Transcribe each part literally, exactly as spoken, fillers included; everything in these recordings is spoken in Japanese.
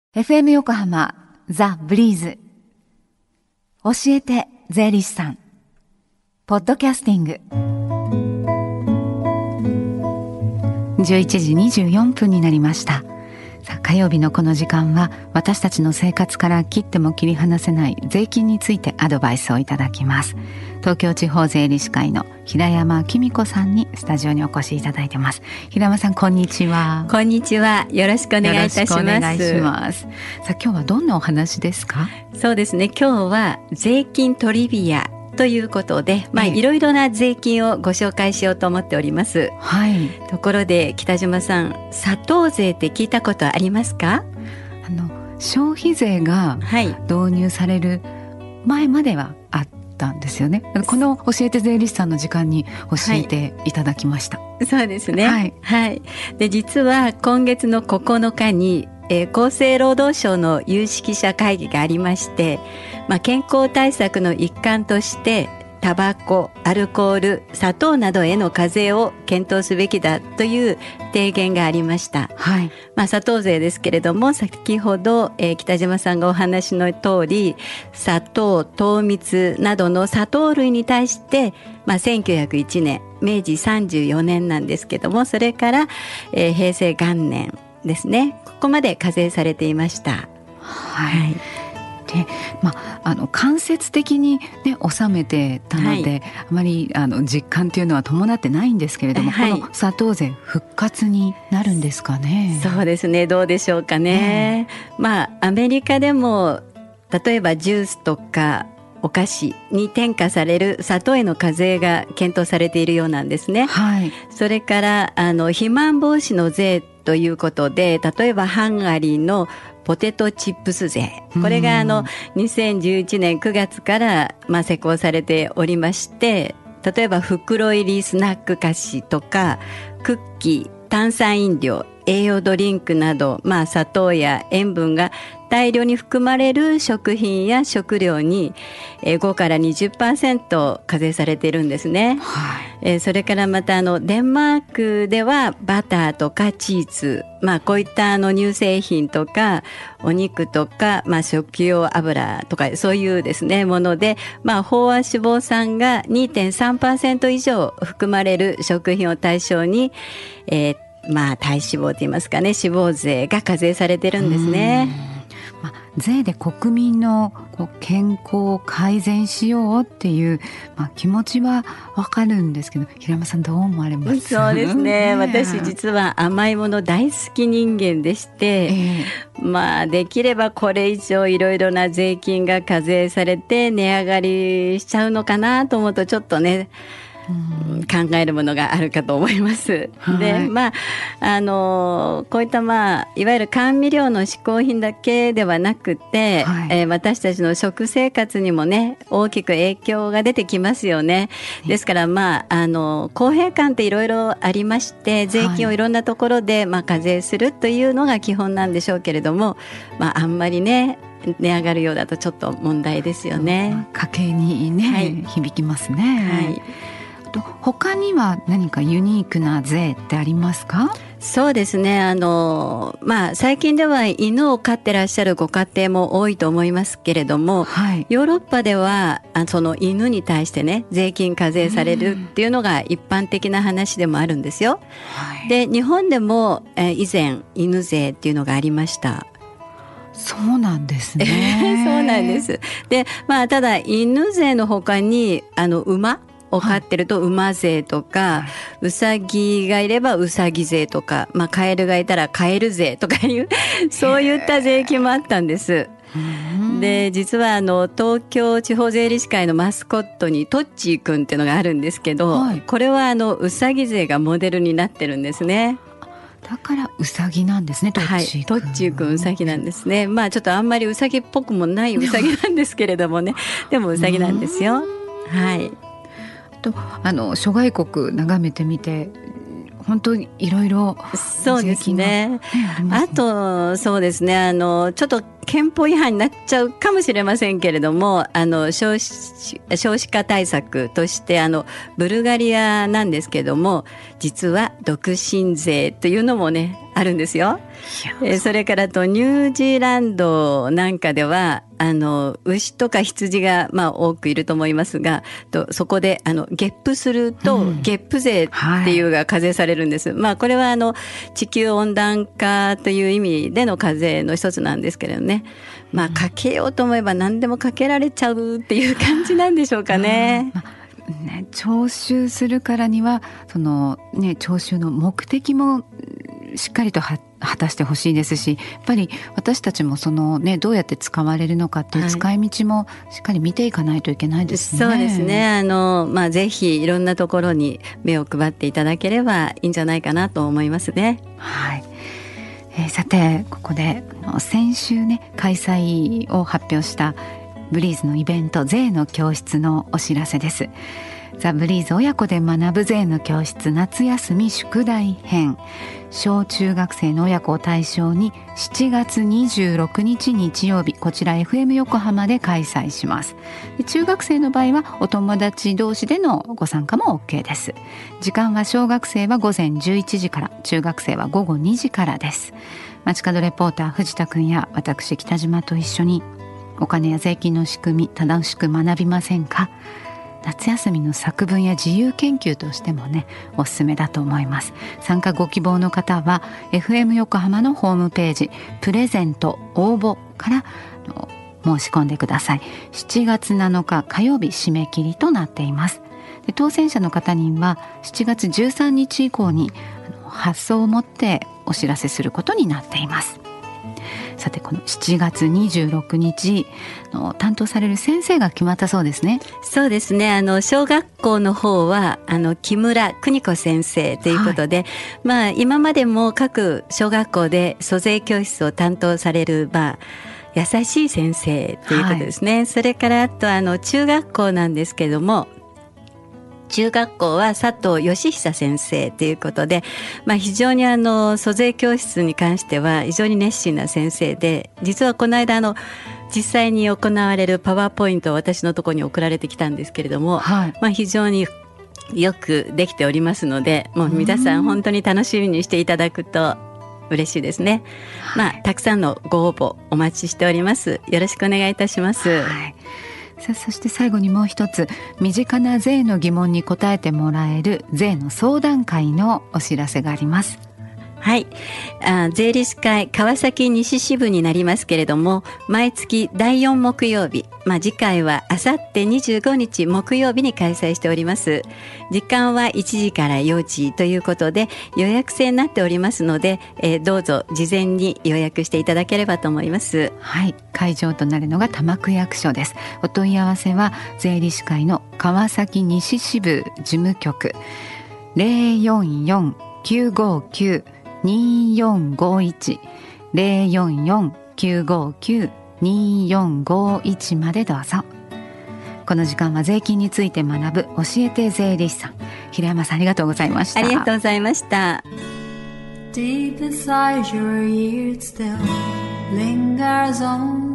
エフエム 横浜ザ・ブリーズ教えて税理士さんポッドキャスティングじゅういちじにじゅうよんぷんになりました。さあ、火曜日のこの時間は私たちの生活から切っても切り離せない税金についてアドバイスをいただきます。東京地方税理士会の平山紀美子さんにスタジオにお越しいただいてます。平山さん、こんにちは。 こんにちは。よろしくお願いいたします。 よろしくお願いします。さあ、今日はどんなお話ですか？ そうですね、今日は税金トリビアということで、まあ、いろいろな税金をご紹介しようと思っております。 はい。 ところで北島さん、砂糖税って聞いたことありますか？ あの消費税が導入される前まではあったんですよね。この教えて税理士さんの時間に教えていただきました。 はい、そうですね。 はい。 はい。で、実は今月のここのかにえー、厚生労働省の有識者会議がありまして、まあ、健康対策の一環としてタバコ、アルコール、砂糖などへの課税を検討すべきだという提言がありました。 はい。 まあ、砂糖税ですけれども、先ほど、えー、北島さんがお話の通り、砂糖、糖蜜などの砂糖類に対して、まあ、せんきゅうひゃくいちねん、明治さんじゅうよねんなんですけども、それから、えー、平成元年ですね、ここまで課税されていました。 はい。で、まあ、あの間接的に、ね、納めてたので、はい、あまりあの実感というのは伴ってないんですけれども、はい、この砂糖税復活になるんですかね？ そうですね、どうでしょうかね。うん、まあ、アメリカでも例えばジュースとかお菓子に添加される砂糖への課税が検討されているようなんですね。 はい、 それからあの肥満防止の税ということで、例えばハンガリーのポテトチップス税、これがあのにせんじゅういちねんくがつから、まあ、施行されておりまして、例えば袋入りスナック菓子とかクッキー、炭酸飲料、栄養ドリンクなど、まあ、砂糖や塩分が大量に含まれる食品や食料にごから にじゅっパーセント 課税されているんですね。 はい。 えー、それからまたあのデンマークではバターとかチーズ、まあ、こういったあの乳製品とかお肉とか、まあ、食用油とかそういうですねもので、まあ、飽和脂肪酸が にてんさんパーセント 以上含まれる食品を対象に、えーまあ、体脂肪といいますかね、脂肪税が課税されてるんですね。 まあ、税で国民のこう健康を改善しようっていう、まあ、気持ちはわかるんですけど、平山さんどう思われます？ そうですね、私実は甘いもの大好き人間でして、えー、まあできればこれ以上いろいろな税金が課税されて値上がりしちゃうのかなと思うとちょっとね、考えるものがあるかと思います。 はい、 で、まああのこういった、まあ、いわゆる甘味料の嗜好品だけではなくて、はい、えー、私たちの食生活にもね大きく影響が出てきますよね。ですから、まあ、あの公平感っていろいろありまして、税金をいろんなところで、まあ、課税するというのが基本なんでしょうけれども、まあ、あんまりね値上がるようだとちょっと問題ですよね。 家計にね、はい、響きますね。はい。他には何かユニークな税ってありますか？ そうですね、あの、まあ、最近では犬を飼ってらっしゃるご家庭も多いと思いますけれども、はい、ヨーロッパではあその犬に対してね税金課税されるっていうのが一般的な話でもあるんですよ。はい、で、日本でも、えー、以前犬税っていうのがありました。 そうなんですね。 そうなんです。で、まあ、ただ犬税の他にあの馬を飼ってると馬税とか、はい、うさぎがいればうさぎ税とか、まあ、カエルがいたらカエル税とかいうそういった税金もあったんです。で、実はあの東京地方税理士会のマスコットにトッチーくんっていうのがあるんですけど、はい、これはあのうさぎ税がモデルになってるんですね。 だからうさぎなんですね、トッチーくん。 はい、トッチーくんうさぎなんですね。まあちょっとあんまりうさぎっぽくもないうさぎなんですけれどもねでもうさぎなんですよ。はい。 とあの諸外国眺めてみて本当にいろいろそうですね。あとそうですね、あのちょっと憲法違反になっちゃうかもしれませんけれども、あの 少子、少子化対策としてあのブルガリアなんですけども、実は独身税というのもねああるんですよ。えー、それからとニュージーランドなんかではあの牛とか羊がまあ多くいると思いますが、とそこであのゲップすると、うん、ゲップ税っていうが課税されるんです、はい。まあ、これはあの地球温暖化という意味での課税の一つなんですけれどね、まあ、かけようと思えば何でもかけられちゃうっていう感じなんでしょうかね。 うんね、徴収するからにはその、ね、徴収の目的もしっかりとは果たしてほしいですし、やっぱり私たちもその、ね、どうやって使われるのかっていう使い道もしっかり見ていかないといけないですね。 はい、そうですね。あの、まあ、ぜひいろんなところに目を配っていただければいいんじゃないかなと思いますね。 はい。えー、さてここで先週ね開催を発表したブリーズのイベント税の教室のお知らせです。ザ・ブリーズ親子で学ぶ税の教室夏休み宿題編、小中学生の親子を対象にしちがつにじゅうろくにち日曜日、こちら エフエム 横浜で開催します。で中学生の場合はお友達同士でのご参加も OK です。時間は小学生は午前じゅういちじから、中学生は午後にじからです。街角レポーター藤田くんや私北島と一緒にお金や税金の仕組み正しく学びませんか。夏休みの作文や自由研究としてもねおすすめだと思います。参加ご希望の方は エフエム 横浜のホームページプレゼント応募から申し込んでください。しちがつなのか火曜日締め切りとなっています。で当選者の方にはしちがつじゅうさんにち以降に発送をもってお知らせすることになっています。さてこのしちがつにじゅうろくにちの担当される先生が決まったそうですね。 そうですね。あの小学校の方はあの木村邦子先生ということで、はい、まあ今までも各小学校で租税教室を担当されるまあ優しい先生ということですね。はい、それからあとあの中学校なんですけども、中学校は佐藤義久先生ということで、まあ、非常にあの租税教室に関しては非常に熱心な先生で、実はこの間あの実際に行われるパワーポイントを私のところに送られてきたんですけれども、はい、まあ、非常によくできておりますので、もう皆さん本当に楽しみにしていただくと嬉しいですね。はい、まあ、たくさんのご応募お待ちしております。よろしくお願いいたします。 はい、さあそして最後にもう一つ、身近な税の疑問に答えてもらえる税の相談会のお知らせがあります。 はい、あ税理士会川崎西支部になりますけれども、毎月だいよん木曜日、まあ、次回はあさってにじゅうごにち木曜日に開催しております。時間はいちじからよじということで予約制になっておりますので、えー、どうぞ事前に予約していただければと思います。 はい、会場となるのが多摩区役所です。お問い合わせは税理士会の川崎西支部事務局 ゼロよんよんきゅうごきゅうにーよんごいち ゼロよんよんきゅうごきゅうにーよんごいちまでどうぞ。この時間は税金について学ぶ教えて税理士さん、平山さんありがとうございました。 ありがとうございました。 Deep inside your ears still lingers on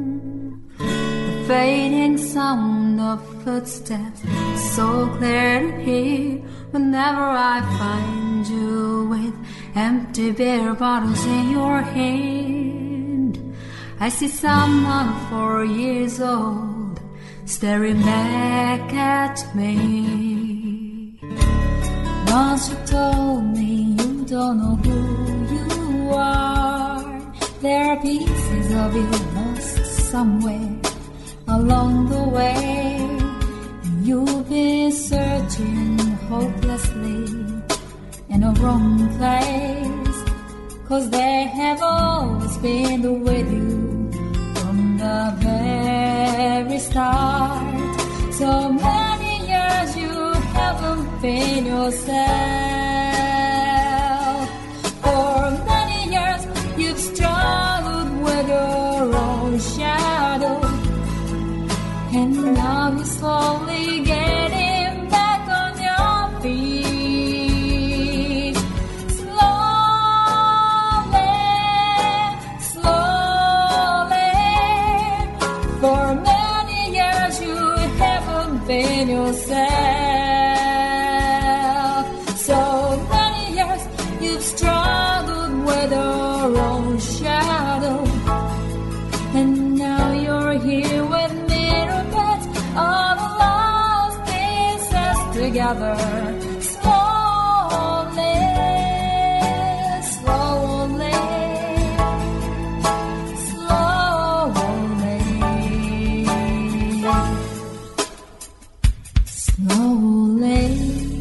the fading sound of footsteps, so clear to hear whenever I find you with empty beer bottles in your hand. I see someone four years old staring back at me. Once you told me you don't know who you are, there are pieces of you lost somewhere along the way, and you've been searching hopelessly in a wrong place, 'cause they have always been with you from the very start. So many years you haven't been yourself. For many years you've struggled with your own shadow, and now you're slowly getting back on your feet. Slowly, slowly. For many years you haven't been yourself. So many years you've struggled with together. Slowly, slowly, slowly, slowly.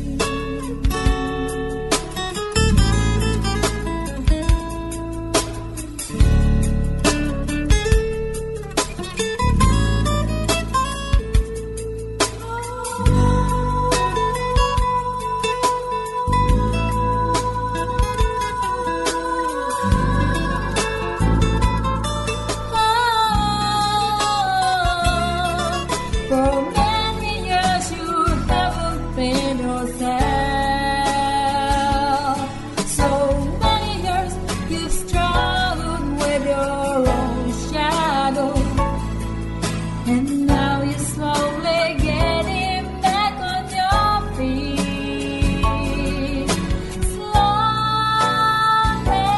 For many years you haven't been yourself. So many years you've struggled with your own shadow. And now you're slowly getting back on your feet. Slowly,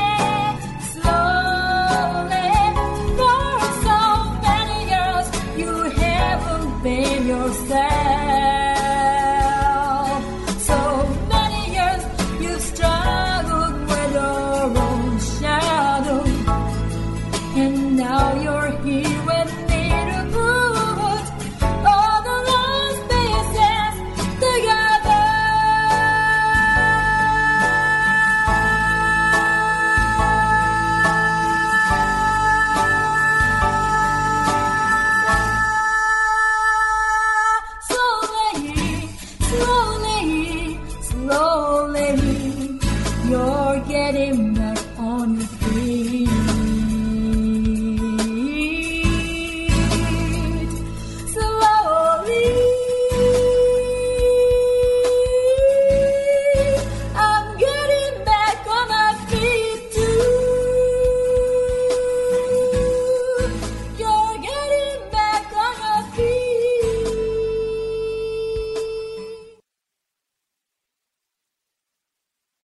slowly. For so many years you haven't been yourself. So many years you've struggled with your own shadow. And now you're